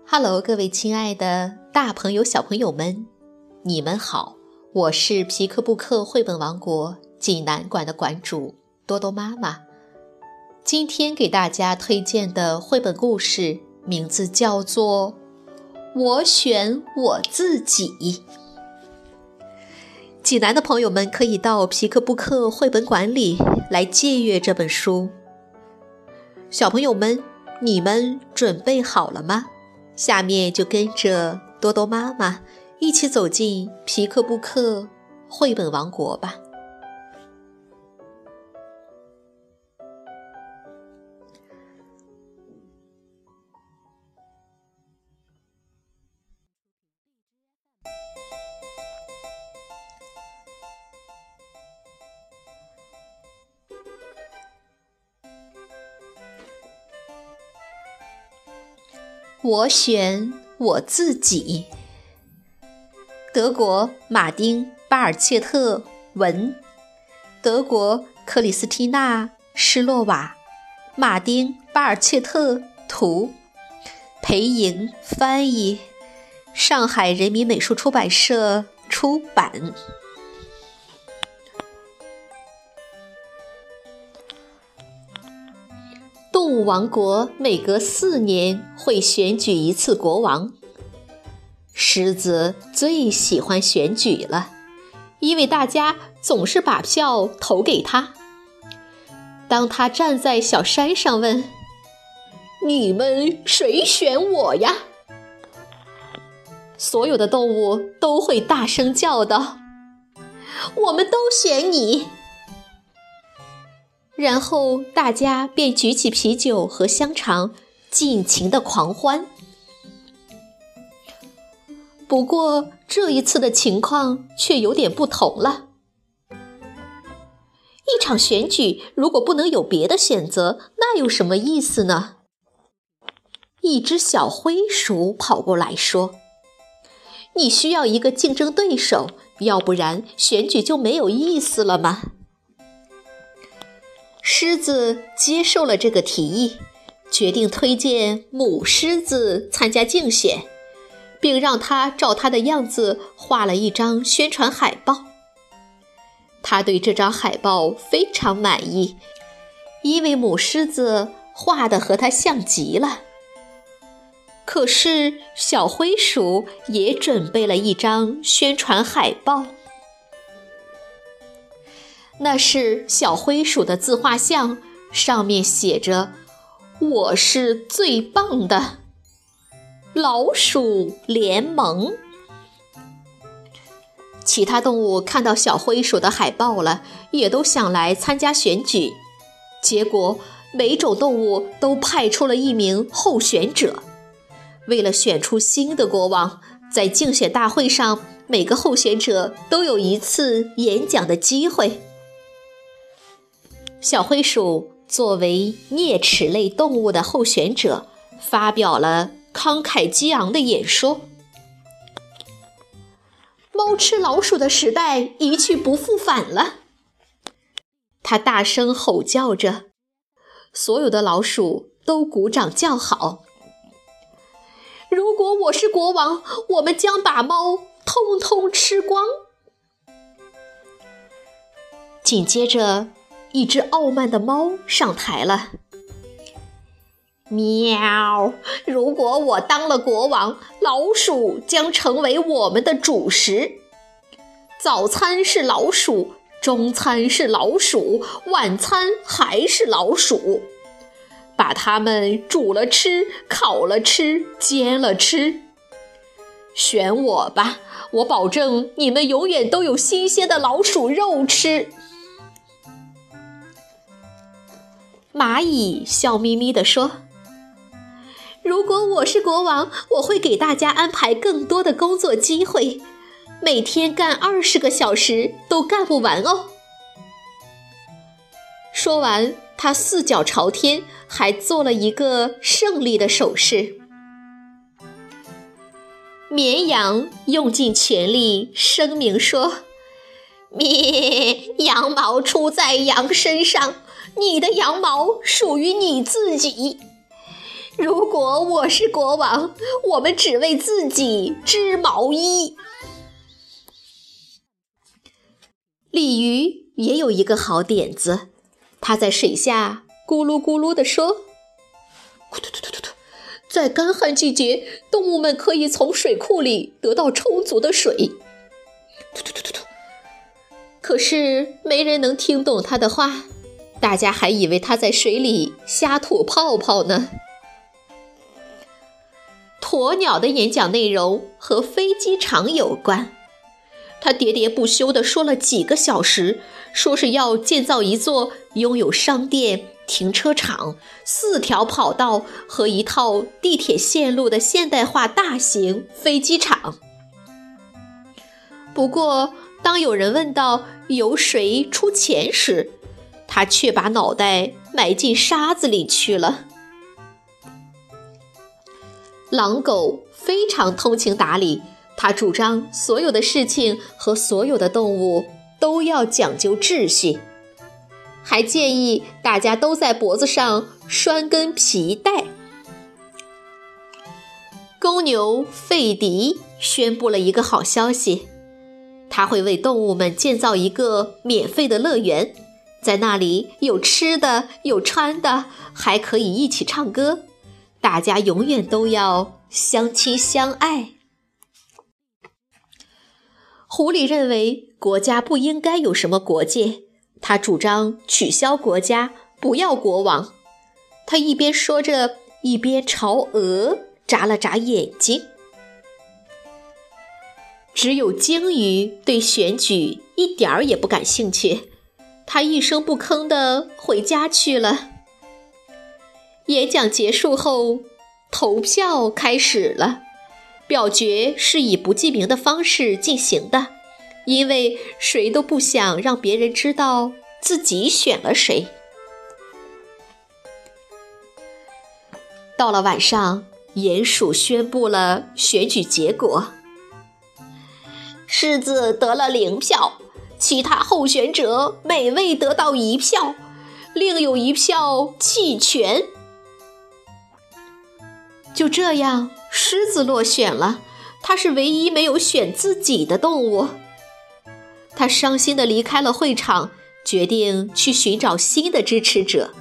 Hello， 各位亲爱的大朋友小朋友们，你们好，我是皮克布克绘本王国济南馆的馆主多多妈妈。今天给大家推荐的绘本故事名字叫做我选我自己。济南的朋友们可以到皮克布克绘本馆里来借阅这本书。小朋友们，你们准备好了吗？下面就跟着多多妈妈一起走进皮克布克绘本王国吧。我选我自己。德国马丁·巴尔切特文，德国克里斯蒂娜·施洛瓦，马丁·巴尔切特图，裴莹翻译，上海人民美术出版社出版。动物王国每隔4年会选举一次国王。狮子最喜欢选举了，因为大家总是把票投给他。当他站在小山上问：“你们谁选我呀？”所有的动物都会大声叫道：“我们都选你！”然后大家便举起啤酒和香肠，尽情地狂欢。不过这一次的情况却有点不同了。一场选举如果不能有别的选择，那有什么意思呢？一只小灰鼠跑过来说：“你需要一个竞争对手，要不然选举就没有意思了吗？”狮子接受了这个提议，决定推荐母狮子参加竞选，并让他照他的样子画了一张宣传海报。他对这张海报非常满意，因为母狮子画得和他像极了。可是小灰鼠也准备了一张宣传海报。那是小灰鼠的自画像，上面写着：“我是最棒的老鼠联盟。”其他动物看到小灰鼠的海报了，也都想来参加选举。结果每种动物都派出了一名候选者。为了选出新的国王，在竞选大会上，每个候选者都有一次演讲的机会。小灰鼠作为啮齿类动物的候选者，发表了慷慨激昂的演说。猫吃老鼠的时代一去不复返了，他大声吼叫着，所有的老鼠都鼓掌叫好。如果我是国王，我们将把猫通通吃光。紧接着一只傲慢的猫上台了。喵！如果我当了国王，老鼠将成为我们的主食。早餐是老鼠，中餐是老鼠，晚餐还是老鼠。把它们煮了吃，烤了吃，煎了吃。选我吧，我保证你们永远都有新鲜的老鼠肉吃。蚂蚁笑眯眯地说：“如果我是国王，我会给大家安排更多的工作机会，每天干20个小时都干不完哦。”说完，他4脚朝天，还做了一个胜利的手势。绵羊用尽全力声明说：“咩，羊毛出在羊身上，你的羊毛属于你自己。 如果我是国王，我们只为自己织毛衣。鲤鱼也有一个好点子，它在水下咕噜咕噜地说：咕嘟嘟嘟嘟嘟，在干旱季节，动物们可以从水库里得到充足的水。嘟嘟嘟嘟嘟。可是没人能听懂它的话，大家还以为它在水里瞎吐泡泡呢。鸵鸟的演讲内容和飞机场有关，他喋喋不休地说了几个小时，说是要建造一座拥有商店、停车场、4条跑道和1套地铁线路的现代化大型飞机场。不过，当有人问到由谁出钱时，他却把脑袋埋进沙子里去了。狼狗非常通情达理，他主张所有的事情和所有的动物都要讲究秩序，还建议大家都在脖子上拴根皮带。公牛费迪宣布了一个好消息，他会为动物们建造一个免费的乐园，在那里有吃的，有穿的，还可以一起唱歌，大家永远都要相亲相爱。狐狸认为国家不应该有什么国界，他主张取消国家，不要国王。他一边说着，一边朝鹅眨了眨眼睛。只有鲸鱼对选举一点儿也不感兴趣，他一声不吭地回家去了。演讲结束后，投票开始了。表决是以不记名的方式进行的，因为谁都不想让别人知道自己选了谁。到了晚上，鼹鼠宣布了选举结果。狮子得了0票，其他候选者每位得到1票，另有1票弃权。就这样，狮子落选了，它是唯一没有选自己的动物。它伤心地离开了会场，决定去寻找新的支持者。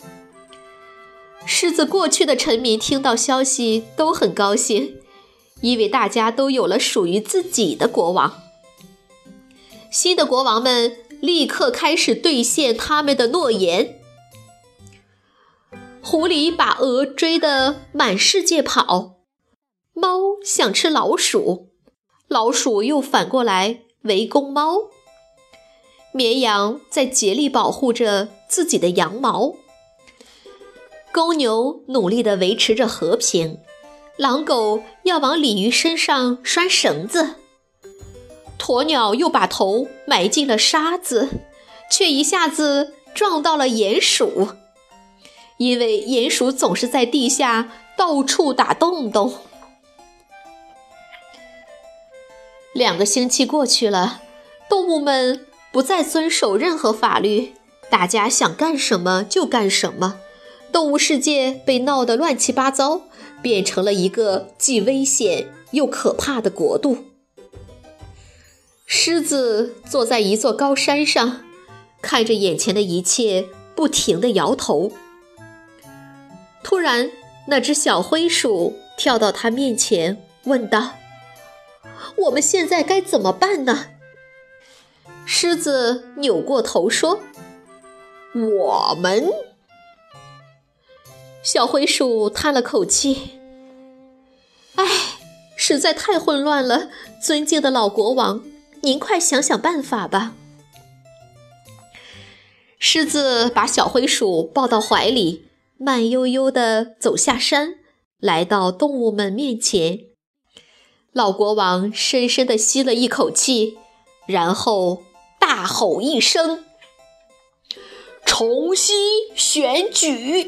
狮子过去的臣民听到消息都很高兴，因为大家都有了属于自己的国王。新的国王们立刻开始兑现他们的诺言。狐狸把鹅追得满世界跑，猫想吃老鼠，老鼠又反过来围攻猫。绵羊在竭力保护着自己的羊毛，公牛努力地维持着和平，狼狗要往鲤鱼身上拴绳子，鸵鸟又把头埋进了沙子，却一下子撞到了鼹鼠，因为鼹鼠总是在地下到处打洞洞。2个星期过去了，动物们不再遵守任何法律，大家想干什么就干什么，动物世界被闹得乱七八糟，变成了一个既危险又可怕的国度。狮子坐在一座高山上，看着眼前的一切，不停地摇头。突然，那只小灰鼠跳到他面前，问道：我们现在该怎么办呢？狮子扭过头说：我们。小灰鼠叹了口气：唉，实在太混乱了，尊敬的老国王，您快想想办法吧。狮子把小灰鼠抱到怀里，慢悠悠地走下山，来到动物们面前。老国王深深地吸了一口气，然后大吼一声：重新选举！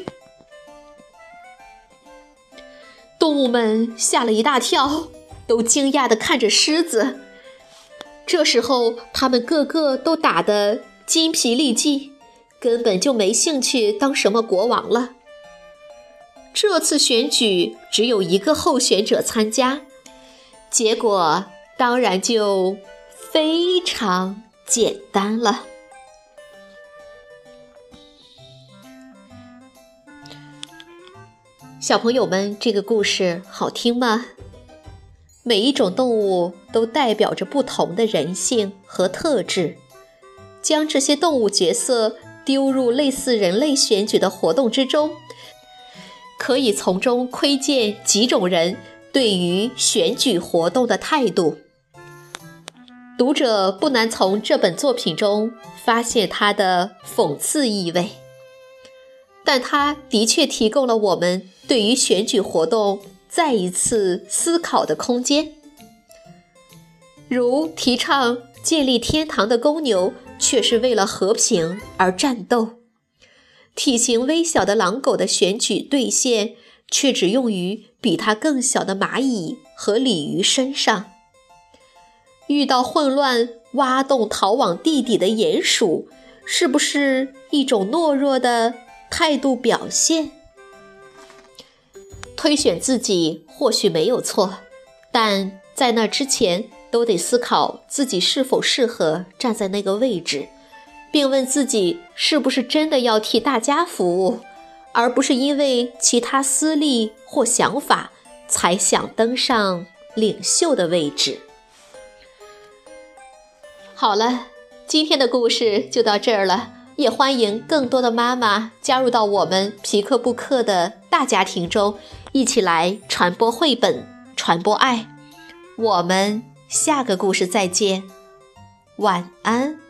动物们吓了一大跳，都惊讶地看着狮子。这时候他们个个都打得筋疲力尽，根本就没兴趣当什么国王了。 这次选举只有一个候选者参加，结果当然就非常简单了。小朋友们，这个故事好听吗？每一种动物都代表着不同的人性和特质，将这些动物角色丢入类似人类选举的活动之中，可以从中窥见几种人对于选举活动的态度。读者不难从这本作品中发现它的讽刺意味，但它的确提供了我们对于选举活动再一次思考的空间。如提倡建立天堂的公牛却是为了和平而战斗，体型微小的狼狗的选举兑现却只用于比它更小的蚂蚁和鲤鱼身上。遇到混乱挖洞逃往地底的鼹鼠，是不是一种懦弱的态度表现？推选自己或许没有错，但在那之前都得思考自己是否适合站在那个位置，并问自己是不是真的要替大家服务，而不是因为其他私利或想法才想登上领袖的位置。好了，今天的故事就到这儿了，也欢迎更多的妈妈加入到我们皮克布克的大家庭中，一起来传播绘本，传播爱。我们下个故事再见，晚安。